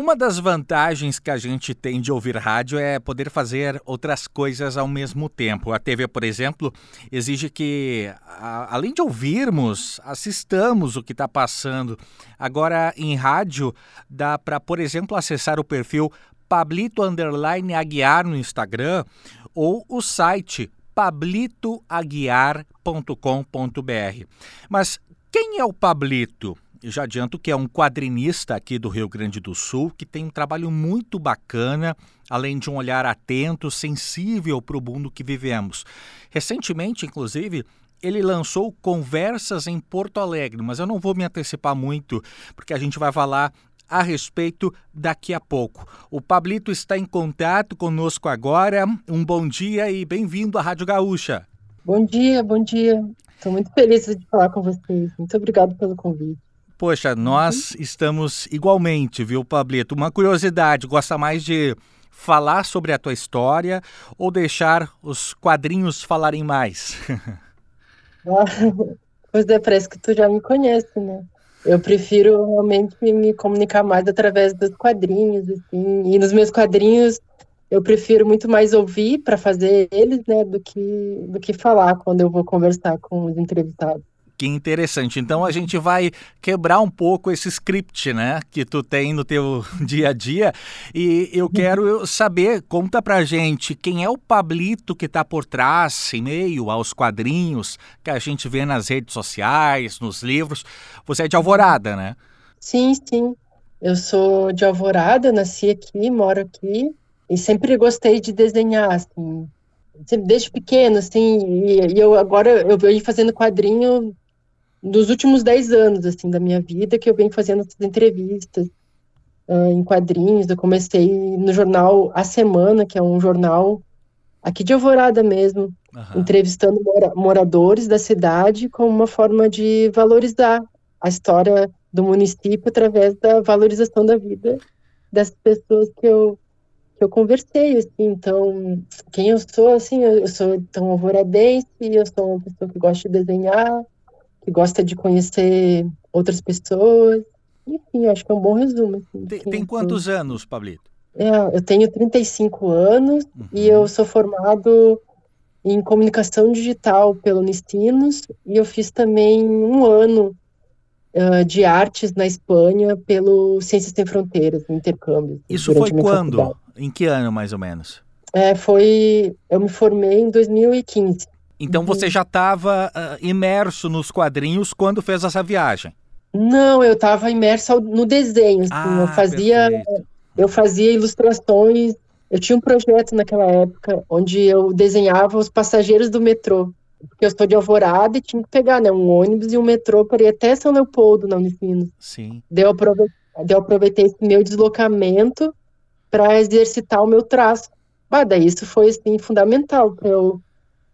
Uma das vantagens que a gente tem de ouvir rádio é poder fazer outras coisas ao mesmo tempo. A TV, por exemplo, exige que, além de ouvirmos, assistamos o que está passando. Agora, em rádio, dá para, por exemplo, acessar o perfil Pablito_Aguiar no Instagram ou o site pablitoaguiar.com.br. Mas quem é o Pablito? Eu já adianto que é um quadrinista aqui do Rio Grande do Sul que tem um trabalho muito bacana, além de um olhar atento, sensível para o mundo que vivemos. Recentemente, inclusive, ele lançou Conversas em Porto Alegre, mas eu não vou me antecipar muito, porque a gente vai falar a respeito daqui a pouco. O Pablito está em contato conosco agora. Um bom dia e bem-vindo à Rádio Gaúcha. Bom dia, bom dia. Estou muito feliz de falar com vocês. Muito obrigado pelo convite. Poxa, nós estamos igualmente, viu, Pablito? Uma curiosidade, gosta mais de falar sobre a tua história ou deixar os quadrinhos falarem mais? Pois é, parece que tu já me conhece, né? Eu prefiro realmente me comunicar mais através dos quadrinhos, assim. E nos meus quadrinhos eu prefiro muito mais ouvir para fazer eles, né, do que falar quando eu vou conversar com os entrevistados. Que interessante. Então a gente vai quebrar um pouco esse script, né, que tu tem no teu dia a dia. E eu quero saber, conta pra gente, quem é o Pablito que tá por trás, em meio aos quadrinhos que a gente vê nas redes sociais, nos livros. Você é de Alvorada, né? Sim, sim. Eu sou de Alvorada, nasci aqui, moro aqui e sempre gostei de desenhar, assim, sempre desde pequeno, assim. E eu venho fazendo quadrinho nos últimos 10 anos, assim, da minha vida, que eu venho fazendo essas entrevistas em quadrinhos. Eu comecei no jornal A Semana, que é um jornal aqui de Alvorada mesmo, entrevistando moradores da cidade como uma forma de valorizar a história do município através da valorização da vida das pessoas que eu conversei, assim. Então, quem eu sou, assim, eu sou então alvoradense, eu sou uma pessoa que gosta de desenhar, que gosta de conhecer outras pessoas. Enfim, acho que é um bom resumo, assim, de quem Tem eu sou. quantos anos, Pablito? Eu tenho 35 anos e eu sou formado em comunicação digital pela Unicinos e eu fiz também um ano de artes na Espanha pelo Ciências Sem Fronteiras, um intercâmbio, assim, Isso foi durante a minha faculdade. quando? Em que ano, mais ou menos? Eu me formei em 2015. Então você já estava imerso nos quadrinhos quando fez essa viagem? Não, eu estava imersa no desenho, assim, Perfeito. eu fazia ilustrações. Eu tinha um projeto naquela época onde eu desenhava os passageiros do metrô, porque eu sou de Alvorada e tinha que pegar, né, um ônibus e um metrô para ir até São Leopoldo, na Unicinos. Sim. Daí eu aproveitei esse meu deslocamento para exercitar o meu traço. Daí isso foi, assim, fundamental para eu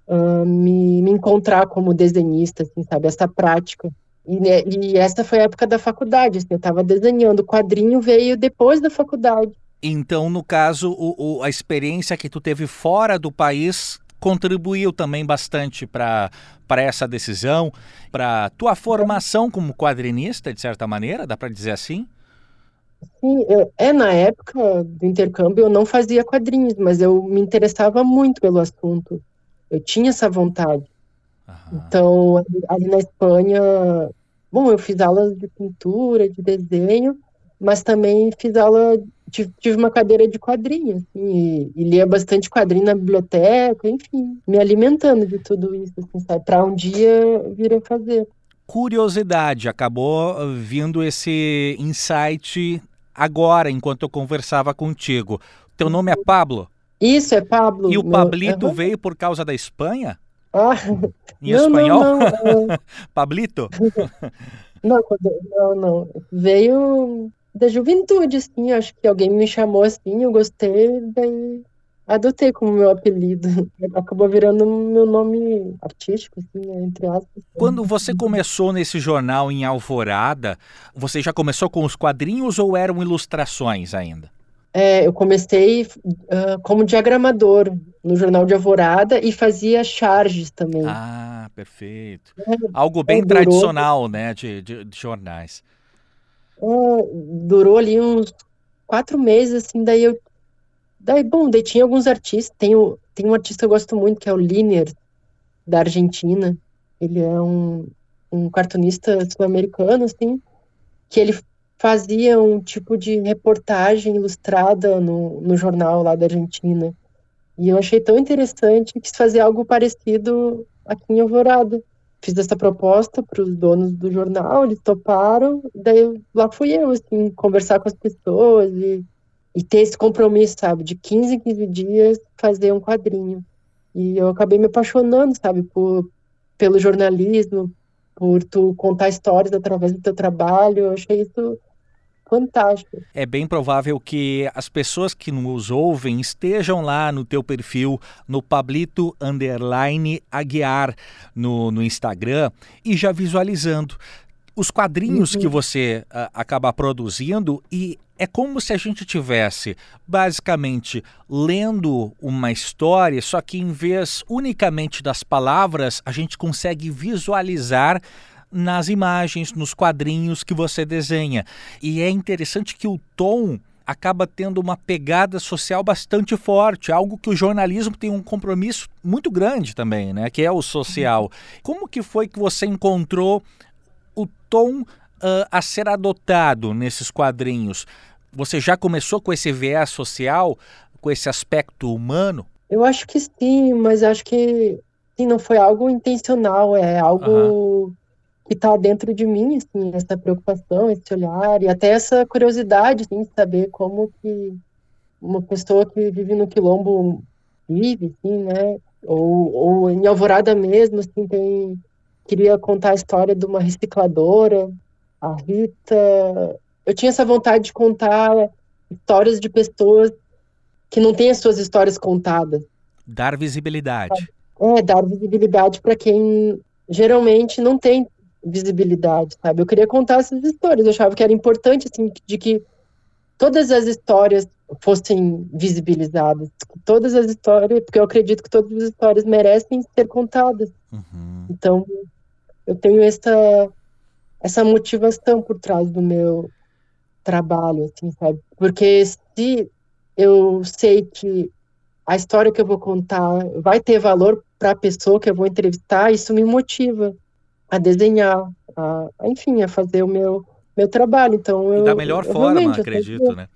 me encontrar como desenhista, assim, sabe, essa prática. Né, e essa foi a época da faculdade, assim, eu estava desenhando. O quadrinho veio depois da faculdade. Então, no caso, a experiência que tu teve fora do país contribuiu também bastante para essa decisão, para tua formação como quadrinista, de certa maneira, dá para dizer assim? Sim, na época do intercâmbio eu não fazia quadrinhos, mas eu me interessava muito pelo assunto. Eu tinha essa vontade. Então, ali na Espanha, bom, eu fiz aulas de pintura, de desenho, mas também tive uma cadeira de quadrinhos, assim, e lia bastante quadrinho na biblioteca, enfim, me alimentando de tudo isso, assim, sabe, para um dia vir a fazer. Curiosidade, acabou vindo esse insight agora, enquanto eu conversava contigo. Teu nome é Pablo? Isso, é Pablo. E o Pablito veio por causa da Espanha? Ah, Em não, espanhol? não. Pablito? Não. Veio da juventude, assim. Acho que alguém me chamou assim, eu gostei, daí adotei como meu apelido. Acabou virando meu nome artístico, assim, né, entre aspas. Quando você começou nesse jornal em Alvorada, você já começou com os quadrinhos ou eram ilustrações ainda? Eu comecei como diagramador no Jornal de Alvorada e fazia charges também. Ah, perfeito. Algo bem Durou, tradicional, né, de jornais. durou ali uns 4 meses, assim, daí tinha alguns artistas, tem um artista que eu gosto muito, que é o Linier, da Argentina. Ele é um cartunista sul-americano, assim, que ele fazia um tipo de reportagem ilustrada no jornal lá da Argentina. E eu achei tão interessante que quis fazer algo parecido aqui em Alvorada. Fiz essa proposta para os donos do jornal, eles toparam, daí lá fui eu, assim, conversar com as pessoas e ter esse compromisso, sabe, de 15 em 15 dias fazer um quadrinho. E eu acabei me apaixonando, sabe, pelo jornalismo, por tu contar histórias através do teu trabalho. Eu achei isso fantástico. É bem provável que as pessoas que nos ouvem estejam lá no teu perfil, no Pablito_Aguiar no Instagram, e já visualizando os quadrinhos que você acaba produzindo, e é como se a gente tivesse basicamente lendo uma história, só que em vez unicamente das palavras, a gente consegue visualizar nas imagens, nos quadrinhos que você desenha. E é interessante que o tom acaba tendo uma pegada social bastante forte, algo que o jornalismo tem um compromisso muito grande também, né? Que é o social. Como que foi que você encontrou o tom a ser adotado nesses quadrinhos? Você já começou com esse viés social, com esse aspecto humano? Eu acho que sim, mas acho que sim, não foi algo intencional, é Aham. algo que está dentro de mim, assim, essa preocupação, esse olhar e até essa curiosidade, assim, de saber como que uma pessoa que vive no Quilombo vive, assim, né? Ou em Alvorada mesmo, assim, queria contar a história de uma recicladora, a Rita. Eu tinha essa vontade de contar histórias de pessoas que não têm as suas histórias contadas. Dar visibilidade. Dar visibilidade para quem geralmente não tem visibilidade, sabe? Eu queria contar essas histórias, eu achava que era importante, assim, de que todas as histórias fossem visibilizadas, que todas as histórias, porque eu acredito que todas as histórias merecem ser contadas. Uhum. Então, eu tenho essa motivação por trás do meu trabalho, assim, sabe? Porque se eu sei que a história que eu vou contar vai ter valor para a pessoa que eu vou entrevistar, isso me motiva a desenhar, enfim, a fazer o meu trabalho. Então, E da melhor eu forma, realmente, acredito, né?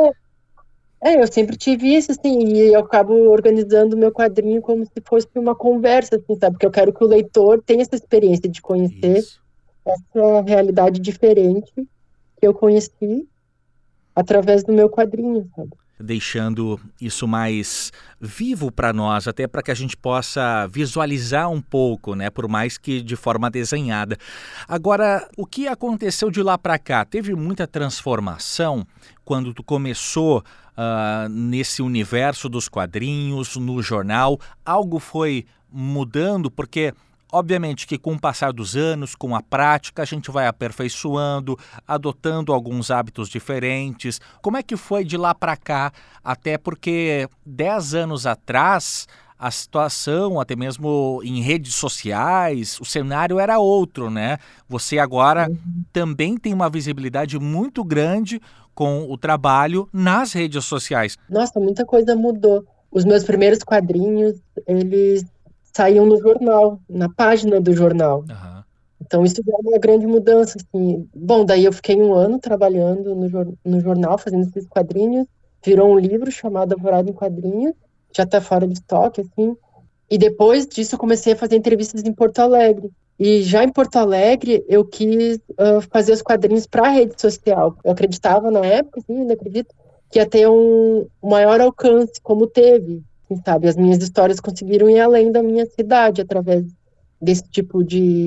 eu sempre tive isso, assim, e eu acabo organizando o meu quadrinho como se fosse uma conversa, assim, sabe? Porque eu quero que o leitor tenha essa experiência de conhecer Isso. essa realidade diferente que eu conheci através do meu quadrinho, sabe? Deixando isso mais vivo para nós, até para que a gente possa visualizar um pouco, né? Por mais que de forma desenhada. Agora, o que aconteceu de lá para cá? Teve muita transformação quando tu começou nesse universo dos quadrinhos, no jornal? Algo foi mudando? Porque obviamente que com o passar dos anos, com a prática, a gente vai aperfeiçoando, adotando alguns hábitos diferentes. Como é que foi de lá para cá? Até porque 10 anos atrás, a situação, até mesmo em redes sociais, o cenário era outro, né? Você agora também tem uma visibilidade muito grande com o trabalho nas redes sociais. Nossa, muita coisa mudou. Os meus primeiros quadrinhos, eles saíam no jornal, na página do jornal. Aham. Então, isso já é uma grande mudança, assim. Bom, daí eu fiquei um ano trabalhando no jornal, fazendo esses quadrinhos. Virou um livro chamado Alvorada em Quadrinhos, já está fora de estoque, assim. E depois disso, eu comecei a fazer entrevistas em Porto Alegre. E já em Porto Alegre, eu quis fazer os quadrinhos para a rede social. Eu acreditava na época, assim, ainda acredito, que ia ter um maior alcance, como teve. Assim, sabe? As minhas histórias conseguiram ir além da minha cidade através desse tipo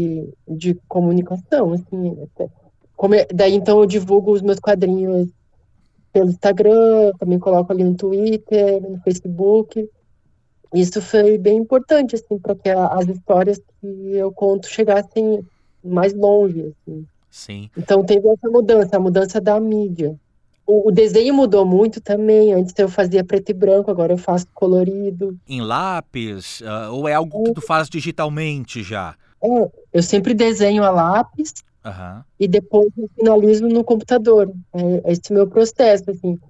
de comunicação, assim. Daí, então, eu divulgo os meus quadrinhos pelo Instagram, também coloco ali no Twitter, no Facebook. Isso foi bem importante, assim, para que as histórias que eu conto chegassem mais longe, assim. Sim. Então, teve essa mudança, a mudança da mídia. O desenho mudou muito também. Antes eu fazia preto e branco, agora eu faço colorido. Em lápis, ou é algo que tu faz digitalmente já? Eu sempre desenho a lápis Aham. e depois eu finalizo no computador. É esse meu processo, assim.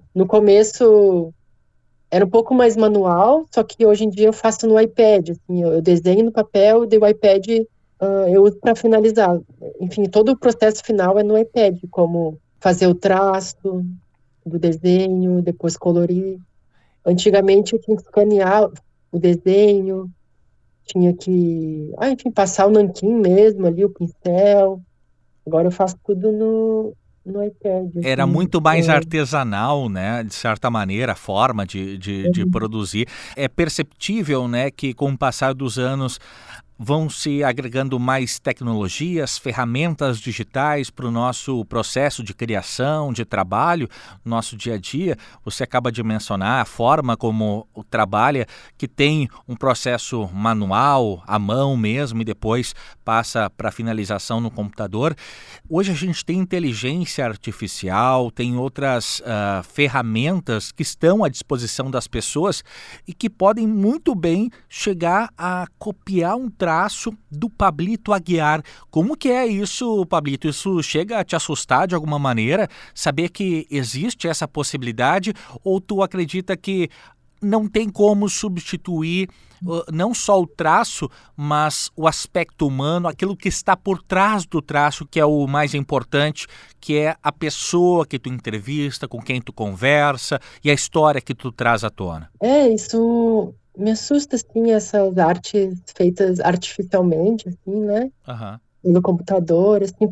No começo era um pouco mais manual, só que hoje em dia eu faço no iPad, assim, eu desenho no papel, daí o iPad eu uso para finalizar. Enfim, todo o processo final é no iPad, como fazer o traço do desenho, depois colorir. Antigamente eu tinha que escanear o desenho, tinha que, enfim, passar o nanquim mesmo ali, o pincel. Agora eu faço tudo no iPad, Era assim. muito mais artesanal, né? De certa maneira, a forma de produzir. É perceptível, né, que com o passar dos anos vão se agregando mais tecnologias, ferramentas digitais para o nosso processo de criação, de trabalho, nosso dia a dia. Você acaba de mencionar a forma como trabalha, que tem um processo manual, à mão mesmo, e depois passa para finalização no computador. Hoje a gente tem inteligência artificial, tem outras ferramentas que estão à disposição das pessoas e que podem muito bem chegar a copiar um traço do Pablito Aguiar. Como que é isso, Pablito? Isso chega a te assustar de alguma maneira? Saber que existe essa possibilidade? Ou tu acredita que não tem como substituir não só o traço, mas o aspecto humano, aquilo que está por trás do traço, que é o mais importante, que é a pessoa que tu entrevista, com quem tu conversa e a história que tu traz à tona? Isso me assusta, assim, essas artes feitas artificialmente, assim, né? Aham. No computador, assim,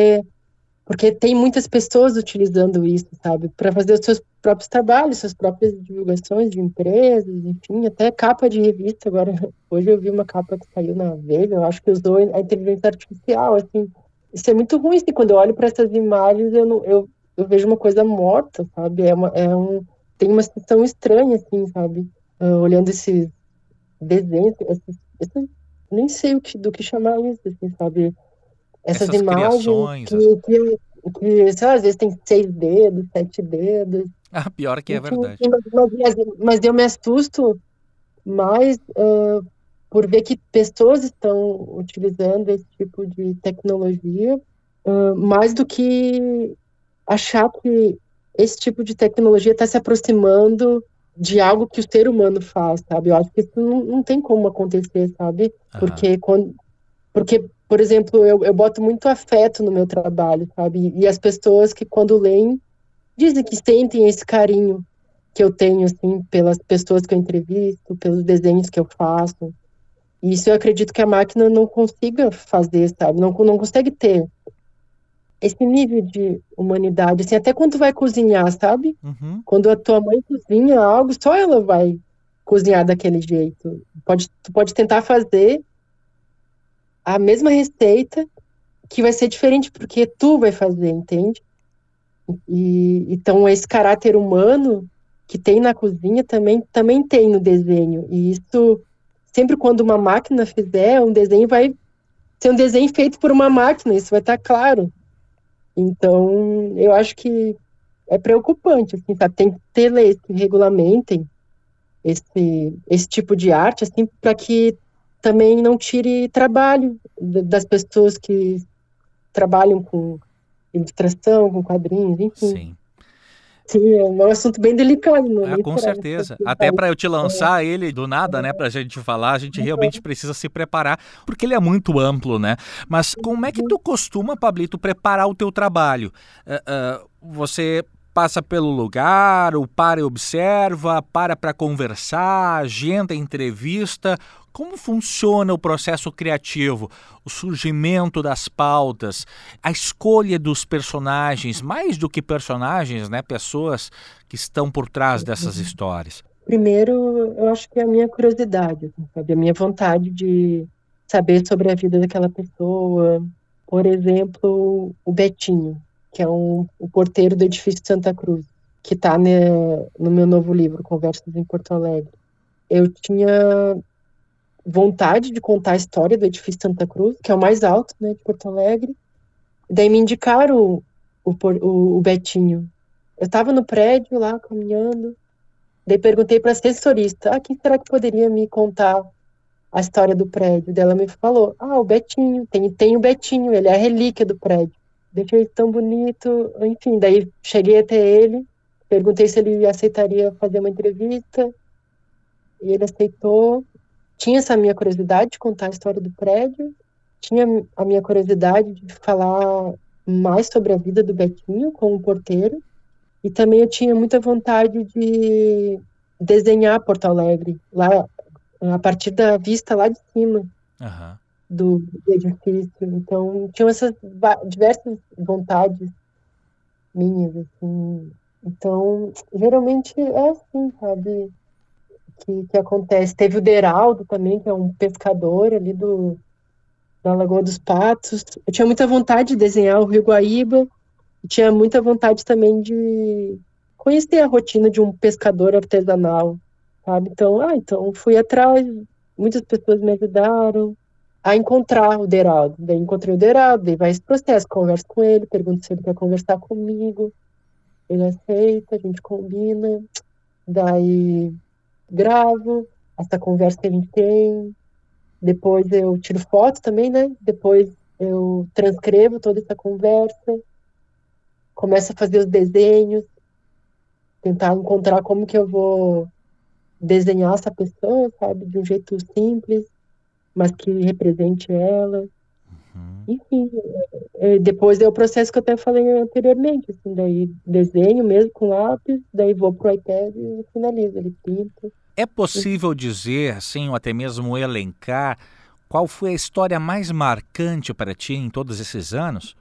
porque tem muitas pessoas utilizando isso, sabe, para fazer os seus próprios trabalhos, suas próprias divulgações de empresas, enfim, até capa de revista. Agora, hoje eu vi uma capa que saiu na Veja, eu acho que usou a inteligência artificial, assim. Isso é muito ruim, assim, quando eu olho para essas imagens, eu, não, eu vejo uma coisa morta, sabe, tem uma sensação estranha, assim, sabe, olhando esses desenhos, nem sei do que chamar isso, assim, sabe, essas Essas imagens criações. sei lá, às vezes tem 6 dedos, 7 dedos, Ah, pior que é enfim, verdade. mas eu me assusto mais por ver que pessoas estão utilizando esse tipo de tecnologia, mais do que achar que esse tipo de tecnologia está se aproximando de algo que o ser humano faz, sabe? Eu acho que isso não tem como acontecer, sabe? Aham. Porque, por exemplo, eu boto muito afeto no meu trabalho, sabe? E as pessoas que, quando leem, dizem que sentem esse carinho que eu tenho, assim, pelas pessoas que eu entrevisto, pelos desenhos que eu faço. E isso eu acredito que a máquina não consiga fazer, sabe? Não consegue ter esse nível de humanidade, assim, até quando tu vai cozinhar, sabe? Uhum. Quando a tua mãe cozinha algo, só ela vai cozinhar daquele jeito. Tu pode tentar fazer a mesma receita, que vai ser diferente porque tu vai fazer, entende? E então esse caráter humano que tem na cozinha também tem no desenho. E isso sempre quando uma máquina fizer um desenho vai ser um desenho feito por uma máquina, isso vai estar claro. Então, eu acho que é preocupante, assim, sabe? Tem que ter leis que regulamentem esse tipo de arte, assim, para que também não tire trabalho das pessoas que trabalham com ilustração, com quadrinhos, enfim. Sim. Sim, é um assunto bem delicado, não é Ah, nem com para certeza. Até para eu te lançar ele do nada, né, para a gente falar, a gente realmente precisa se preparar, porque ele é muito amplo, né? Mas como é que tu costuma, Pablito, preparar o teu trabalho? Você passa pelo lugar, ou para e observa, para conversar, agenda entrevista. Como funciona o processo criativo, o surgimento das pautas, a escolha dos personagens, mais do que personagens, né, pessoas que estão por trás dessas histórias? Primeiro, eu acho que é a minha curiosidade, assim, sabe? A minha vontade de saber sobre a vida daquela pessoa. Por exemplo, o Betinho, que é o porteiro do edifício Santa Cruz, que está no meu novo livro, Conversas em Porto Alegre. Eu tinha vontade de contar a história do edifício Santa Cruz, que é o mais alto, né, de Porto Alegre. Daí me indicaram o Betinho. Eu estava no prédio lá, caminhando. Daí perguntei para a assessorista, quem será que poderia me contar a história do prédio? Daí ela me falou, o Betinho, tem o Betinho, ele é a relíquia do prédio. Deixei ele tão bonito, enfim, daí cheguei até ele, perguntei se ele aceitaria fazer uma entrevista, e ele aceitou. Tinha essa minha curiosidade de contar a história do prédio, tinha a minha curiosidade de falar mais sobre a vida do Betinho com o porteiro, e também eu tinha muita vontade de desenhar Porto Alegre, lá, a partir da vista lá de cima Aham. do edifício. Então, tinham essas diversas vontades minhas, assim. Então, geralmente é assim, sabe, que acontece. Teve o Deraldo também, que é um pescador ali da Lagoa dos Patos. Eu tinha muita vontade de desenhar o Rio Guaíba, e tinha muita vontade também de conhecer a rotina de um pescador artesanal, sabe? Então fui atrás, muitas pessoas me ajudaram a encontrar o Deraldo. Daí encontrei o Deraldo, daí vai esse processo, converso com ele, pergunto se ele quer conversar comigo, ele aceita, a gente combina, daí gravo essa conversa que a gente tem, depois eu tiro foto também, né? Depois eu transcrevo toda essa conversa, começo a fazer os desenhos, tentar encontrar como que eu vou desenhar essa pessoa, sabe? De um jeito simples, mas que represente ela. Uhum. Enfim, depois é o processo que eu até falei anteriormente, assim, daí desenho mesmo com lápis, daí vou pro iPad e finalizo, ele pinta. É possível dizer, assim, ou até mesmo elencar, qual foi a história mais marcante para ti em todos esses anos?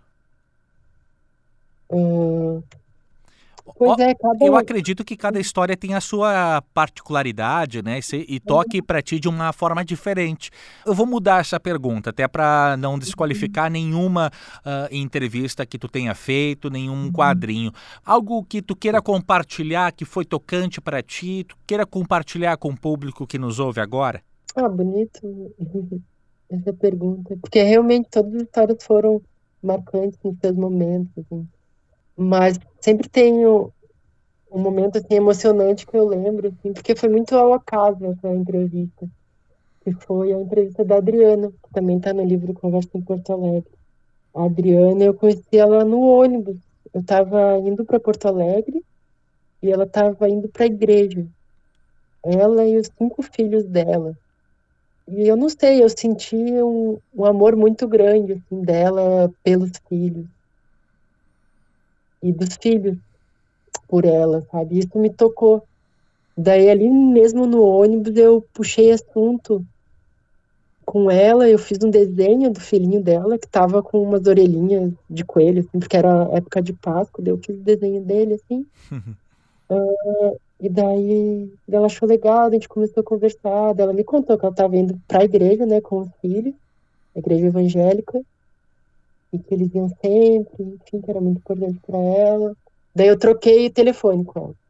Hum, Ó, pois é, cada. eu acredito que cada história tem a sua particularidade, né? E toque para ti de uma forma diferente. Eu vou mudar essa pergunta, até para não desqualificar nenhuma entrevista que tu tenha feito, nenhum quadrinho. Algo que tu queira compartilhar, que foi tocante para ti, tu queira compartilhar com o público que nos ouve agora? Ah, bonito essa pergunta, porque realmente todas as histórias foram marcantes nos seus momentos, assim. Mas sempre tenho um momento assim emocionante que eu lembro, assim, porque foi muito ao acaso essa entrevista, que foi a entrevista da Adriana, que também está no livro Conversa em Porto Alegre. A Adriana, eu conheci ela no ônibus. Eu estava indo para Porto Alegre e ela estava indo para a igreja. Ela e os 5 filhos dela. E eu não sei, eu senti um amor muito grande assim dela pelos filhos e dos filhos por ela, sabe? Isso me tocou. Daí ali mesmo no ônibus eu puxei assunto com ela, eu fiz um desenho do filhinho dela que tava com umas orelhinhas de coelho, assim, porque era época de Páscoa, daí eu fiz o desenho dele, assim, e daí ela achou legal, a gente começou a conversar, daí ela me contou que ela tava indo pra igreja, né, com os filhos, a igreja evangélica, e que eles iam sempre, enfim, que era muito importante para ela. Daí eu troquei o telefone com ela.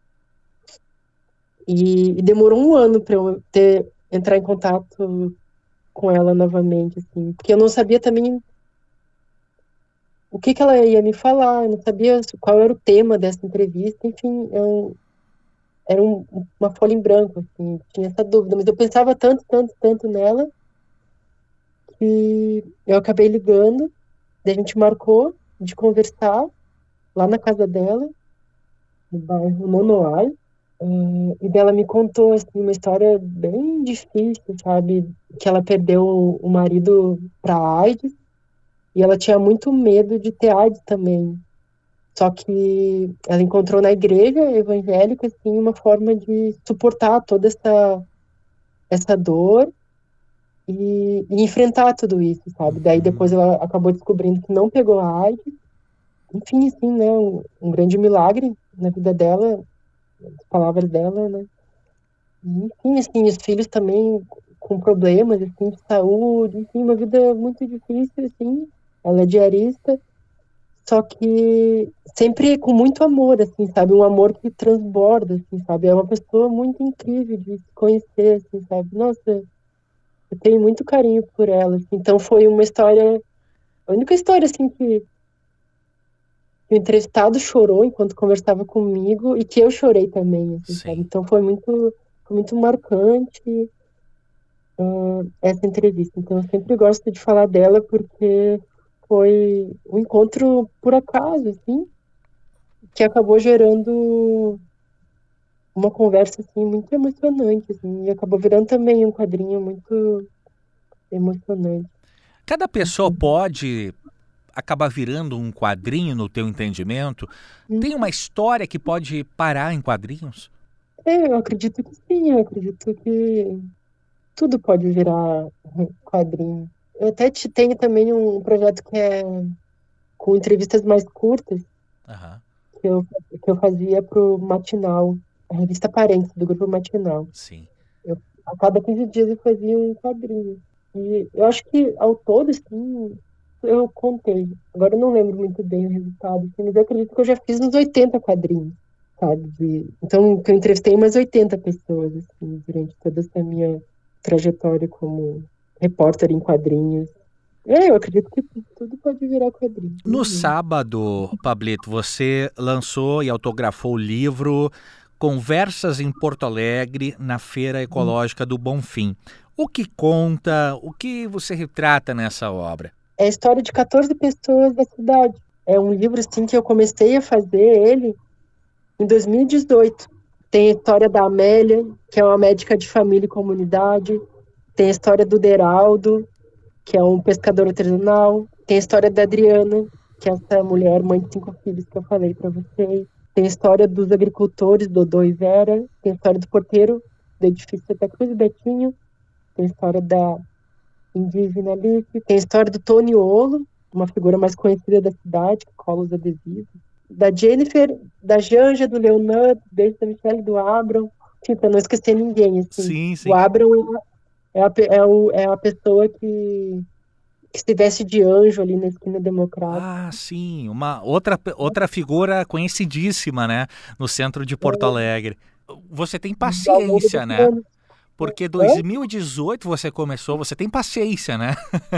E demorou um ano para eu entrar em contato com ela novamente, assim, porque eu não sabia também o que que ela ia me falar, eu não sabia qual era o tema dessa entrevista, enfim, era uma folha em branco, assim, tinha essa dúvida, mas eu pensava tanto, tanto, tanto nela, que eu acabei ligando, daí a gente marcou de conversar lá na casa dela, no bairro Nonoai, e dela me contou, assim, uma história bem difícil, sabe, que ela perdeu o marido para AIDS, e ela tinha muito medo de ter AIDS também. Só que ela encontrou na igreja evangélica, assim, uma forma de suportar toda essa dor e enfrentar tudo isso, sabe? Daí depois Uhum. ela acabou descobrindo que não pegou a AIDS. Enfim, assim, né? Um grande milagre na vida dela, as palavras dela, né? E, enfim, assim, os filhos também com problemas, assim, de saúde, enfim, uma vida muito difícil, assim. Ela é diarista. Só que sempre com muito amor, assim, sabe? Um amor que transborda, assim, sabe? É uma pessoa muito incrível de se conhecer, assim, sabe? Nossa, eu tenho muito carinho por ela, assim. Então foi uma história, a única história, assim, que o entrevistado chorou enquanto conversava comigo e que eu chorei também, assim, sabe? Sim. Então foi muito marcante, essa entrevista. Então eu sempre gosto de falar dela porque foi um encontro por acaso, assim, que acabou gerando uma conversa, assim, muito emocionante, assim, e acabou virando também um quadrinho muito emocionante. Cada pessoa Assim. pode acabar virando um quadrinho no teu entendimento? Tem uma história que pode parar em quadrinhos? Eu acredito que sim, eu acredito que tudo pode virar quadrinho. Eu até tenho também um projeto que é com entrevistas mais curtas, Aham, que eu, que eu fazia pro Matinal, a revista Parentes, do Grupo Matinal. sim. Eu, a cada 15 dias eu fazia um quadrinho. E eu acho que ao todo, assim, eu contei. Agora eu não lembro muito bem o resultado, assim, mas eu acredito que eu já fiz uns 80 quadrinhos, sabe? Então, que eu entrevistei umas 80 pessoas, assim, durante toda essa minha trajetória como repórter em quadrinhos. Eu acredito que tudo pode virar quadrinho. No sábado, Pablito, você lançou e autografou o livro Conversas em Porto Alegre na Feira Ecológica do Bonfim. O que conta, o que você retrata nessa obra? É a história de 14 pessoas da cidade. É um livro, assim, que eu comecei a fazer ele em 2018. Tem a história da Amélia, que é uma médica de família e comunidade. Tem a história do Deraldo, que é um pescador artesanal. Tem a história da Adriana, que é essa mulher, mãe de 5 filhos que eu falei para vocês. Tem a história dos agricultores, Dodô e Vera. Tem a história do porteiro do edifício Santa Cruz e Betinho. Tem a história da indígena Alice. Tem a história do Tony Olo, uma figura mais conhecida da cidade, que cola os adesivos. Da Jennifer, da Janja, do Leonardo, beijo da Michelle, do Abram. Enfim, para não esquecer ninguém, assim. Sim, O sim. Abram é a pessoa que se veste de anjo ali na esquina democrática. Ah, sim, uma outra figura conhecidíssima, né, no centro de Porto É, Alegre. Você tem ao longo paciência, dos né? anos. Porque Hã? 2018 você começou, você tem paciência, né?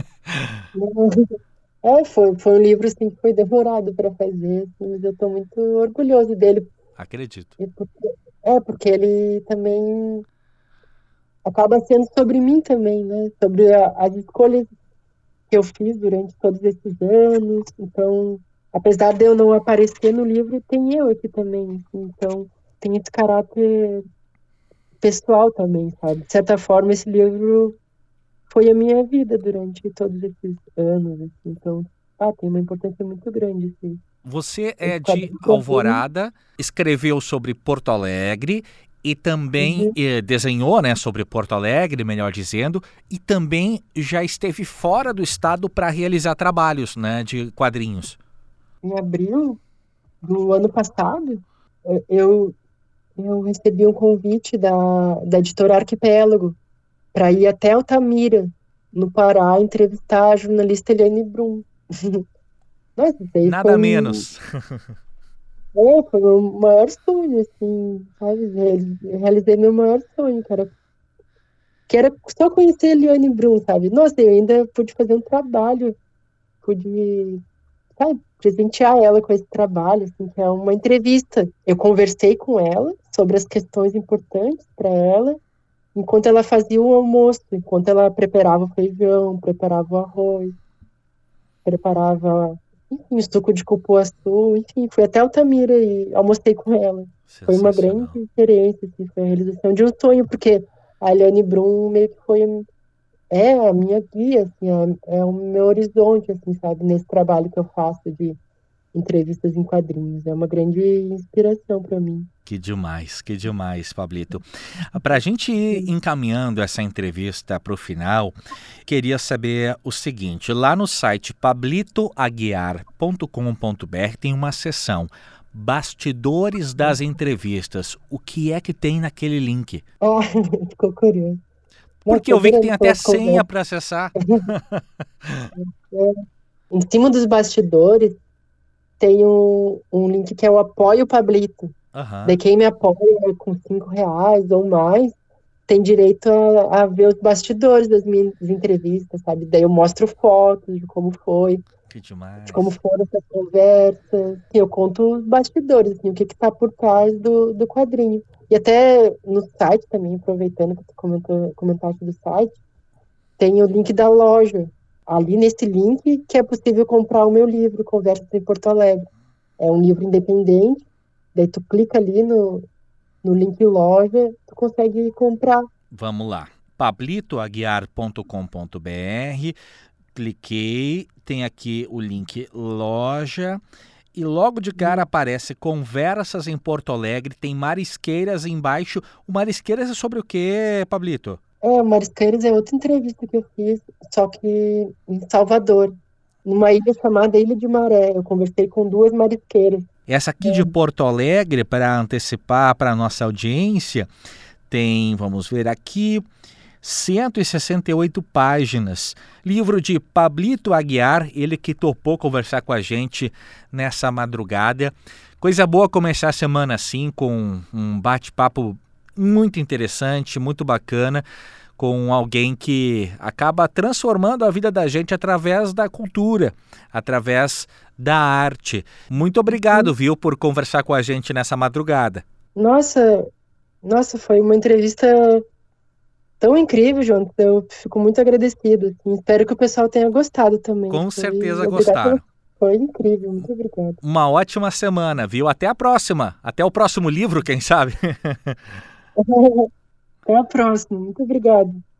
Foi um livro assim, que foi demorado para fazer, assim, mas eu estou muito orgulhoso dele. Acredito. E porque ele também acaba sendo sobre mim também, né? Sobre as escolhas que eu fiz durante todos esses anos. Então, apesar de eu não aparecer no livro, tem eu aqui também, assim. Então, tem esse caráter pessoal também, sabe? De certa forma, esse livro foi a minha vida durante todos esses anos, assim. Então, tem uma importância muito grande, assim. Você é Esse de quadrinho pra mim, Alvorada, escreveu sobre Porto Alegre e também uhum, desenhou, né, sobre Porto Alegre, melhor dizendo, e também já esteve fora do estado para realizar trabalhos, né, de quadrinhos. em abril do ano passado, eu, eu recebi um convite da editora Arquipélago para ir até Altamira, no Pará, entrevistar a jornalista Eliane Brum. Nossa, isso aí Nada menos. foi o meu maior sonho, assim, sabe? Realizei meu maior sonho, que era só conhecer a Eliane Brum, sabe? Nossa, eu ainda pude fazer um trabalho, pude, sabe, presentear ela com esse trabalho, assim, que é uma entrevista. Eu conversei com ela sobre as questões importantes para ela, enquanto ela fazia o almoço, enquanto ela preparava o feijão, preparava o arroz, preparava, enfim, o suco de cupuaçu, enfim, fui até Altamira e almocei com ela. Foi uma grande Sensacional. experiência, assim, foi a realização de um sonho, porque a Eliane Brum meio que foi a minha guia, assim, é o meu horizonte, assim, sabe, nesse trabalho que eu faço de entrevistas em quadrinhos. É uma grande inspiração para mim. Que demais, Pablito. Para a gente ir encaminhando essa entrevista para o final, queria saber o seguinte: lá no site pablitoaguiar.com.br tem uma seção Bastidores das Entrevistas. O que é que tem naquele link? Ah, ficou curioso. Nossa, Porque tô eu vi que adorando tem até pelas senha conversas. para acessar. Em cima dos bastidores tem um link que é o Apoio Pablito. Daí Aham. quem me apoia com R$ 5 ou mais tem direito a ver os bastidores das minhas entrevistas, sabe? Daí eu mostro fotos Que de como demais. foram essas conversas. E eu conto os bastidores, assim, o que está por trás do quadrinho. E até no site também, aproveitando que tu comentaste do site, tem o link da loja. Ali nesse link que é possível comprar o meu livro, Conversas em Porto Alegre. É um livro independente, daí tu clica ali no link loja, tu consegue comprar. Vamos lá. pablitoaguiar.com.br. Cliquei, tem aqui o link loja e logo de cara aparece Conversas em Porto Alegre, tem Marisqueiras embaixo. O Marisqueiras é sobre o quê, Pablito? Marisqueiras é outra entrevista que eu fiz, só que em Salvador, numa ilha chamada Ilha de Maré. Eu conversei com 2 marisqueiras. Essa aqui de Porto Alegre, para antecipar para a nossa audiência, tem, vamos ver aqui, 168 páginas. Livro de Pablito Aguiar, ele que topou conversar com a gente nessa madrugada. Coisa boa começar a semana assim, com um bate-papo muito interessante, muito bacana, com alguém que acaba transformando a vida da gente através da cultura, através da arte. Muito obrigado, viu, por conversar com a gente nessa madrugada. Nossa, foi uma entrevista tão incrível, João. Eu fico muito agradecida. Assim. Espero que o pessoal tenha gostado também. Com certeza gostaram. Foi incrível, muito obrigada. Uma ótima semana, viu? Até a próxima. Até o próximo livro, quem sabe? Até a próxima. Muito obrigada.